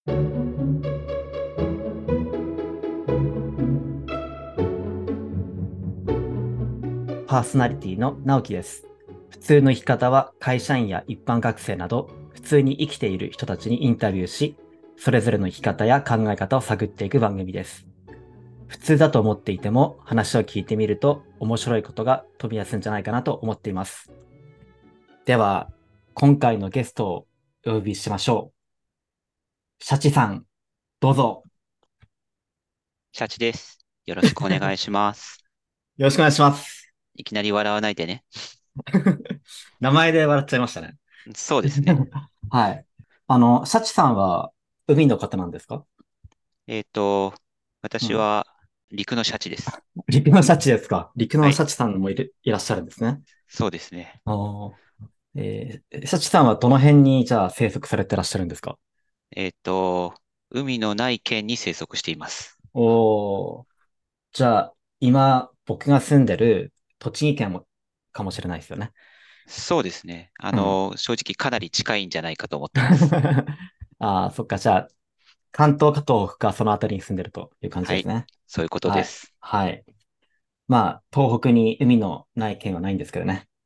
パーソナリティの直樹です。普通の生き方は会社員や一般学生など普通に生きている人たちにインタビューし、それぞれの生き方や考え方を探っていく番組です。普通だと思っていても話を聞いてみると面白いことが飛び出すんじゃないかなと思っています。では、今回のゲストをお呼びしましょう。シャチさん、どうぞ。 シャチです。よろしくお願いします。 よろしくお願いします。 いきなり笑わないでね。 名前で笑っちゃいましたね。 そうですね。 はい。シャチさんは海の方なんですか？ えっと、 うん。 私は陸のシャチです。 陸のシャチですか？陸はい。 のシャチさんもいらっしゃるんですね。 そうですね。 あーシャチさんはどの辺にじゃあ生息されてらっしゃるんですか？ えっと、海のない県に生息しています。 おー、じゃあ今僕が住んでる栃木県もかもしれないですよね。 そうですね。 うん。 正直かなり近いんじゃないかと思ってます。 ああ、そっか。じゃあ関東か東北かそのあたりに住んでるという感じはい。 ですね。 そういうことはい。 です。 はい。まあ、東北に海のない県はないんですけどね。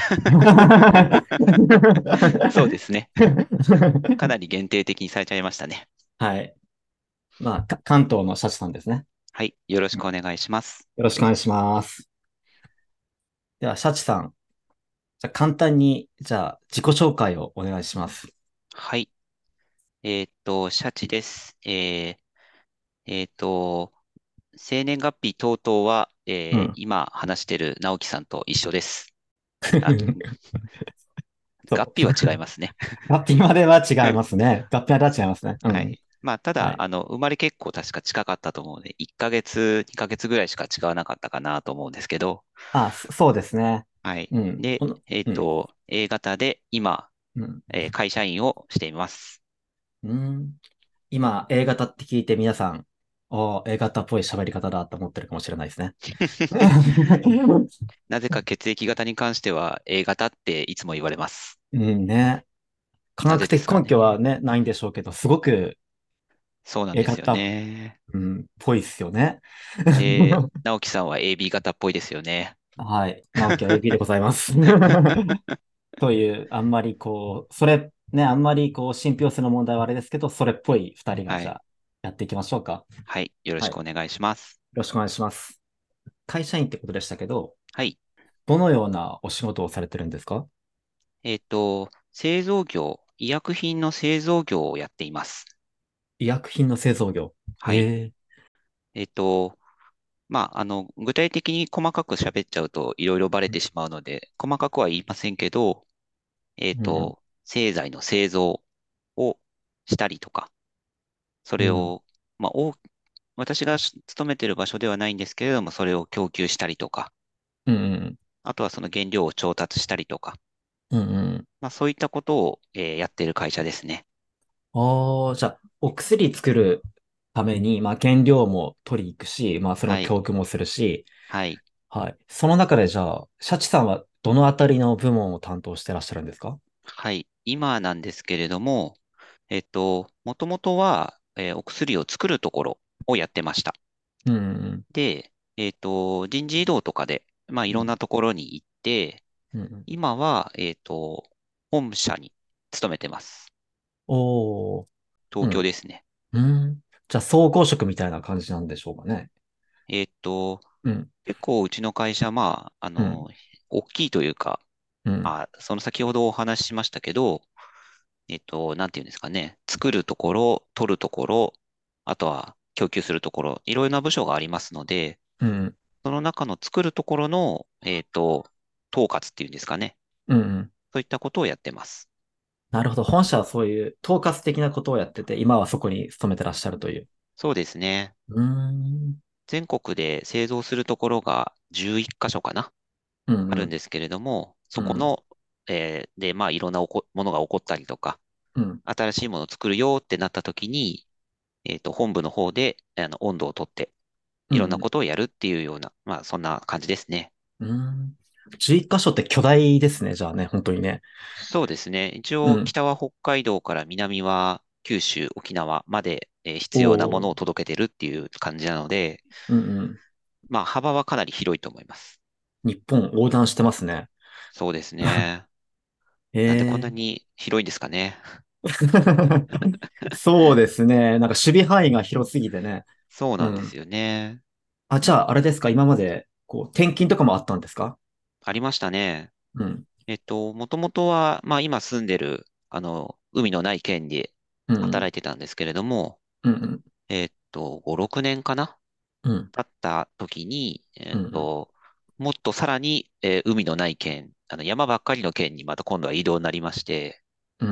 そうですね。かなり限定的にされちゃいましたね。 はい。まあ、関東のシャチさんですね。 はい。よろしうん。 くお願いします。 よろしくお願いします。では、シャチさん。じゃあ簡単に、じゃあ、自己紹介をお願いします。 はい。シャチです。えっと、生年月日等々は、 うん。 今話してる直樹さんと一緒です。あ、月そう。 日は違いますね。 ガッピまでは違いますね。ガッピまでは違いますね。うん。 はい。まあ、ただ、 はい。 生まれ結構確か近かったと思うので、1ヶ月、2ヶ月ぐらいしか違わなかったかなと思うんですけど、 あ、そうですね。 はい。 うん。 で、 うん。 A 型で今、 うん。 会社員をしています。 うん。今、A 型って聞いて皆さん、A 型っぽい喋り方だと思ってるかもしれないですね。 なぜか血液型に関しては A 型っていつも言われます。 うんね。科なぜで学的根拠すかね。 はね、ないんでしょうけど、すごくそうなん A ですよ型、 ね。 うん、ぽいっすよね。 直樹さんは AB 型っぽいですよね。 はい。直樹は AB でございます。という、あんまりこう、それ、ね、あんまりこう、信憑性の問題はあれですけど、それっぽい二人がはい。 じゃあ、やっていきましょうか。 はい。よろはい。よしくお願いします。 ろしくお願いします。会社員ってことでしたけど、 はい。 どのようなお仕事をされてるんですか？ 製造業、医薬品の製造業をやっています。 医薬品の製造業。 はい。 ええ。 えっと、具体的に細かく喋っちゃうといろいろバレてしまうので、細かくは言いませんけど、 うん、 製剤の製造をしたりとか、そうん、 れを、まあ、私が勤めている場所ではないんですけれども、それを供給したりとか、 うん、 あとはその原料を調達したりとか、 うん、うん。 まあ、そういったことを、やっている会社ですね。 ああ、じゃあ、お薬作るために、まあ、原料も取りに行くし、まあ、それをはい。 供給もするし、 はい。 はい。その中で、じゃあ、シャチさんはどのあたりの部門を担当してらっしゃるんですか？ はい。今なんですけれども、もともとは、お薬を作るところをやってました。 うん、 で、人事異動とかで、まあ、いうん、 ろんなところに行って、 うん。 今は、本社に勤めてます。 おー、う東京ん、 ですね。 うん。じゃあ、総合職みたいな感じなんでしょうかね。 えっと、 うん、 結構うちの会社、 うん、 大きいというか、 うん、 その先ほどお話ししましたけど、なんていうんですかね、作るところ、取るところ、あとは供給するところ、いろいろな部署がありますので、 うん、 その中の作るところの、統括っていうんですかね。 うん。 そういったことをやってます。 なるほど。本社はそういう統括的なことをやってて、今はそこに勤めてらっしゃるという。 そうですね。 うーん、 全国で製造するところが11箇所かな、 うん、うん、 あるんですけれども、 うん、 そこの、いろんなものが起こったりとか、 うん、 新しいものを作るよってなった時に、本部の方で、温度をとって、いろんなうん、 ことをやるっていうような、まあ、そんな感じですね。 うん。11箇所って巨大ですね、じゃあね、本当にね。 そうですね。一応、 うん、 北は北海道から南は九州、沖縄まで、必要なものをおー。 届けてるっていう感じなので、 うんうん。 まあ、幅はかなり広いと思います。 日本横断してますね。 そうですね。なんでこんなええ。 に広いんですかね。 そうですね。なんか守備範囲が広すぎてね。 そううん。 なんですよね。 あ、じゃあ、あれですか？今まで、転勤とかもあったんですか？ ありましたね。 うん。 もともとは、まあ今住んでる、海のない県でうん。 働いてたんですけれども、 うん。 5、6年かなうん。 経った時に、 うん。 もっとさらに、海のない県、山ばっかりの県にまた今度は移動になりまして、 うん。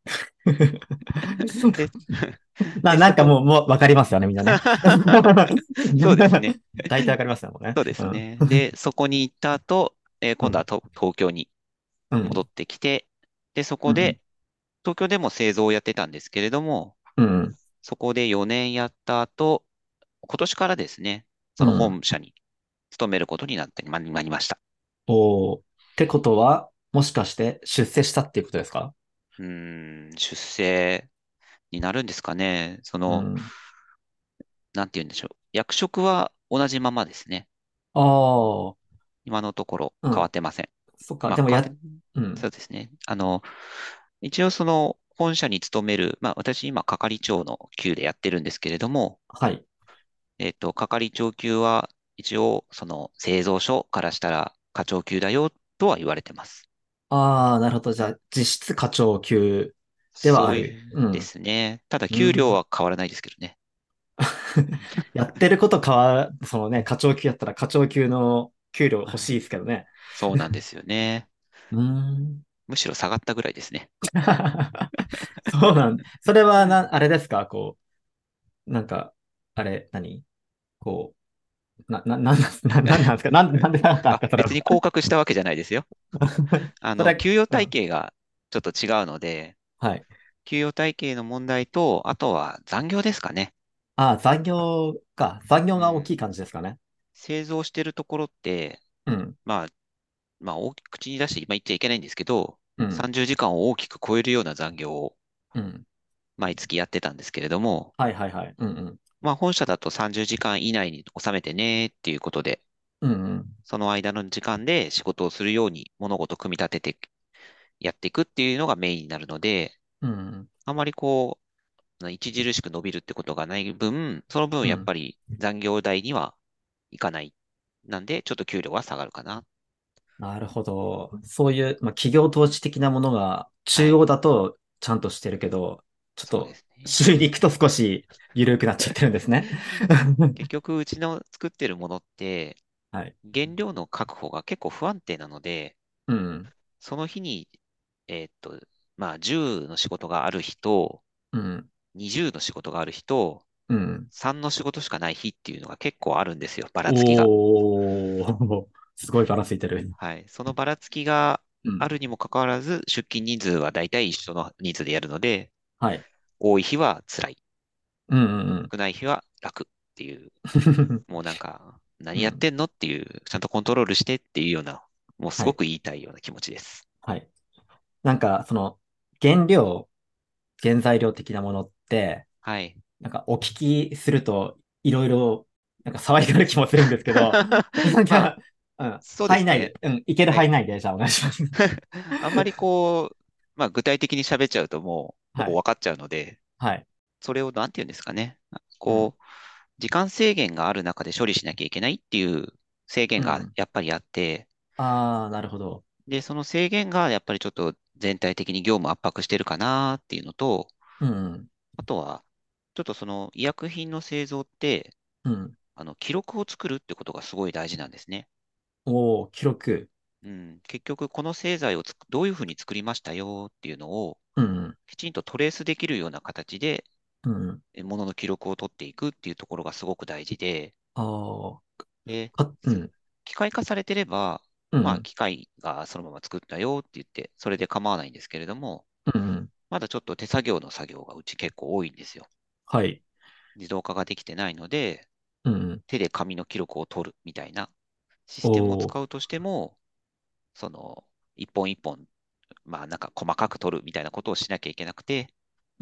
で、 なんかもうわかりますよね、みんなね。 そうですね。 大体わかりますよ、もうね。 そうでうん。 すね。で、そこに行った後、 うん。 今度は東京にうん。 戻ってきて、で、そうん。 こで、東京でも製造をやってたんですけれども、 うん。 そこで4年やった後、今年からですね、そのうん。 本社に勤めることになりました。 おー。ってことは、もしかして出世したっていうことですか？ 出世になるんですかね。 うん。 なんて言うんでしょう。役職は同じままですね。 ああ、 今のところうん。 変わってません。 そっか。 まあ、 でも変わって、 うん。 そうですね。一応その本社に勤める、まあ私今係長の級でやってるんですけれども、 はい。 係長級は一応その製造所からしたら課長級だよとは言われてます。 ああ、なるほど。じゃあ、実質課長級ではあそうる。うでん。 すね。ただ給料うん。 は変わらないですけどね。 やってることそのね、課長級やったら課長級の給料欲しいはい。 ですけどね。 そうなんですよね。 うーん。 むしろ下がったぐらいですね。 そうそれはあれですか？なんか、あれ、なんなんですか？なんでなかったんですあ、 か？それは。 別に降格したわけじゃないですよ。 それ、 給与体うん。 系がちょっと違うので、 はい。 給与体系の問題と、あとは残業ですかね。 ああ、残業か。残業うん。 が大きい感じですかね。 製造してるところって、 うん。 まあ、大きく口に出して今言っちゃいけないんですけど、 うん。 30時間を大きく超えるような残業をうん。 毎月やってたんですけれども、 はいはいはい。うんうん。 まあ本社だと30時間以内に収めてねっていうことで、 うんうん。 その間の時間で仕事をするように物事を組み立ててやっていくっていうのがメインになるので、 うんうん。 あまり著しく伸びるってことがない分、その分うん。 やっぱり残業代にはいかない。なんで、ちょっと給料は下がるかな。 なるほど。そういう、まあ、企業統治的なものが中央はい。 だとちゃんとしてるけど、ちょっそうでとすね。 周に行くと少し緩くなっちゃってるんですね。 結局、うちの作ってるものって、 はい。 原料の確保が結構不安定なので、 うん。 その日に、えーっと、まあ、10の仕事がある日と、 うん。 20の仕事がある日と、 うん。 3の仕事しかない日っていうのが結構あるんですよ。ばらつきが。 おー。すごいばらついてる。 はい。そのばらつきがうん。 あるにもかかわらず、出勤人数はだいたい一緒の人数でやるので、 はい。 多い日は辛い。 うんうんうん。 少ない日は楽っていう、もうなんか、何うん。 やってんのっていう、ちゃんとコントロールしてっていうような、もうすはい。 ごく言いたいような気持ちです。 はい。なんか、原料、原材料的なものって、 はい。 なんかお聞きすると、いろいろ、なんか騒いでる気もするんですけど、なんまあ、 か、うん、 そうですね。 範囲内で、うん、いけるはい。 範囲内で、じゃあお願いします。 あんまりまあ具体的に喋っちゃうともうほはい。 ぼ分かっちゃうので、 はい。 それをなんて言うんですかね。 うん。 時間制限がある中で処理しなきゃいけないっていう制限がうん。 やっぱりあって、 ああ、なるほど。 で、その制限がやっぱりちょっと全体的に業務圧迫してるかなっていうのと、 うん。 あとは、ちょっとその医薬品の製造って、 うん。 記録を作るってことがすごい大事なんですね。 おー、記録。 うん、結局、この製剤をどういうふうに作りましたよっていうのを、 うん。 きちんとトレースできるような形で、 うん。 ものの記録を取っていくっていうところがすごく大事で、 ああ、 で、 うん。 機械化されてれば、まあ、 うん。 機械がそのまま作ったよって言って、それで構わないんですけれども、 うん。 まだちょっと手作業の作業がうち結構多いんですよ。 はい。 自動化ができてないので、 うん。 手で紙の記録を取るみたいなシステムをおー。 使うとしても、一本一本、まあなんか細かく取るみたいなことをしなきゃいけなくて、 うん。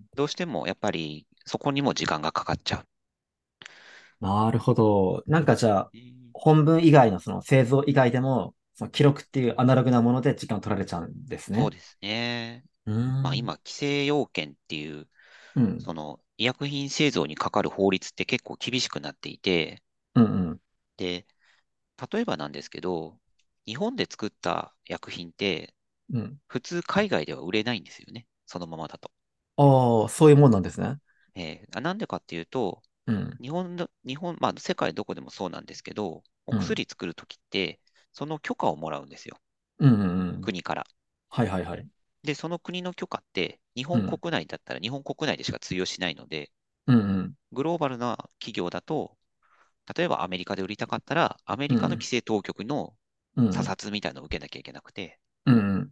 どうしてもやっぱりそこにも時間がかかっちゃう。 なるほど。なんかじゃあ、 うん。 本文以外のその製造以外でも、その記録っていうアナログなもので時間を取られちゃうんですね。 そうですね。 うーん。 まあ今、規制要件っていう、 うん。 その医薬品製造にかかる法律って結構厳しくなっていて、 うん。 で、例えばなんですけど、日本で作った薬品ってうん。うん。 普通海外では売れないんですよね。そのままだと。 ああ、そういうもんなんですね。 なんでかっていうと、 うん。 まあ世界どこでもそうなんですけど、おうん。 薬作るときって、その許可をもらうんですよ。 うん。うん。うん。 国から。 はいはいはい。 で、その国の許可って、日本うん。 国内だったら日本国内でしか通用しないので、 うん。 グローバルな企業だと、例えばアメリカで売りたかったら、アメリカの規うん。 制当局の査うん。 察みたいなのを受けなきゃいけなくて、 うん。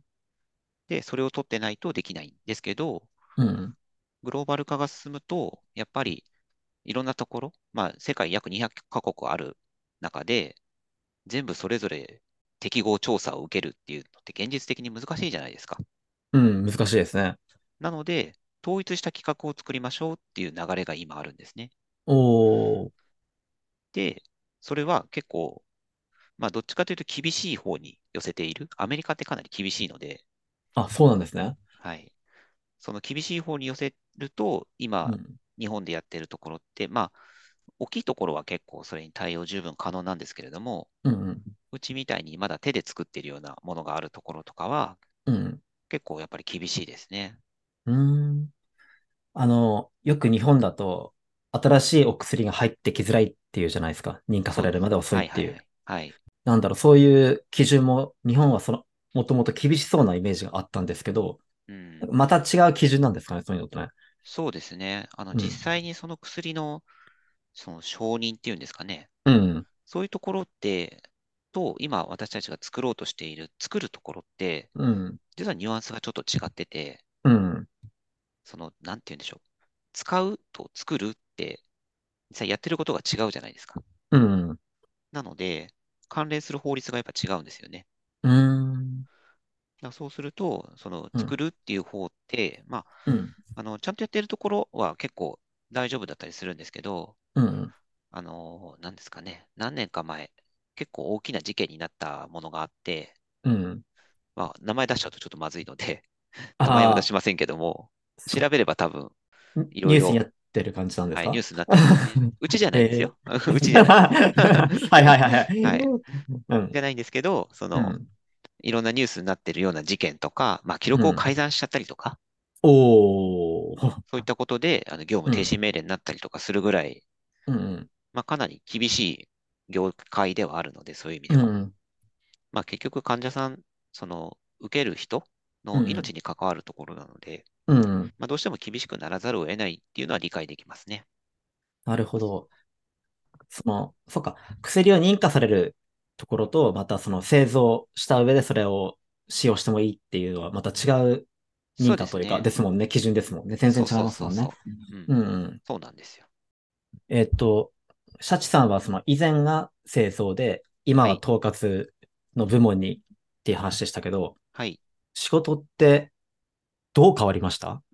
で、それを取ってないとできないんですけど、 うん。 グローバル化が進むと、やっぱりいろんなところ、まあ、世界約200カ国ある中で、全部それぞれ適合調査を受けるっていうのって現実的に難しいじゃないですか。 うん。難しいですね。 なので、統一した規格を作りましょうっていう流れが今あるんですね。 おー。 で、それは結構、まあ、どっちかというと厳しい方に寄せている。アメリカってかなり厳しいので、 あ、そうなんですね。 はい。その厳しい方に寄せると、今、 うん。 日本でやってるところって、まあ、大きいところは結構それに対応十分可能なんですけれども、 うん。 うちみたいにまだ手で作っているようなものがあるところとかは、 うん。 結構やっぱり厳しいですね。 うん。よく日本だと、新しいお薬が入ってきづらいっていうじゃないですか。認可さそうです。 れるまで遅いっていう。 はいはいはい。はい。 なんだろう、そういう基準も、日本はもともと厳しそうなイメージがあったんですけど、 うん。 また違う基準なんですかね、そういうのってね。 そうですね。 うん。 実際にその薬の、その承認っていうんですかね。 うん。 そういうところって、今私たちが作ろうとしている、作るところって、 うん。 実はニュアンスがちょっと違ってて、 うん。 なんて言うんでしょう。使うと作るって、実際やってることが違うじゃないですか。 うん。 なので、関連する法律がやっぱ違うんですよね。 うん。 だからそうすると、 うん。 作るっていう方って、まうん。 あ、ちゃんとやってるところは結構大丈夫だったりするんですけど、 うん。 なんですかね、何年か前、結構大きな事件になったものがあって、 うん。 まあ、名前出しちゃうとちょっとまずいので、名前は出ああ、 しませんけども、調そべれば多分、いろいろ、 ニュースになってる感じなんですはい、ニュか？ ースになってますね。うちじゃないですえよ。 ー、 うちじゃないです。 はいはいはいはい。 はい。 うん。 じゃないんですけど、 うん。 いろんなニュースになってるような事件とか、まあ、記録をうん。 改ざんしちゃったりとか、 おー。 そういったことで、業務うん。 停止命令になったりとかするぐらい、 うん。 まあ、かなり厳しい業界ではあるので、そういう意味では。 うん。 まあ、結局患者さん、受ける人のうん。 命に関わるところなので、 うん。 まあ、どうしても厳しくならざるを得ないっていうのは理解できますね。 なるほど。そっか。薬を認可されるところと、またその製造した上でそれを使用してもいいっていうのは、また違うそう認可というか、 ですね。 ですもんね。基準ですもんね。全然違いそうそうますもんね。 そうそう。うん。 うんうん。 そうなんですよ。 えっと、シャチさんはその以前が製造で、今はい。 は統括の部門にっていう話でしたけど、 はい。 仕事ってどう変わりました？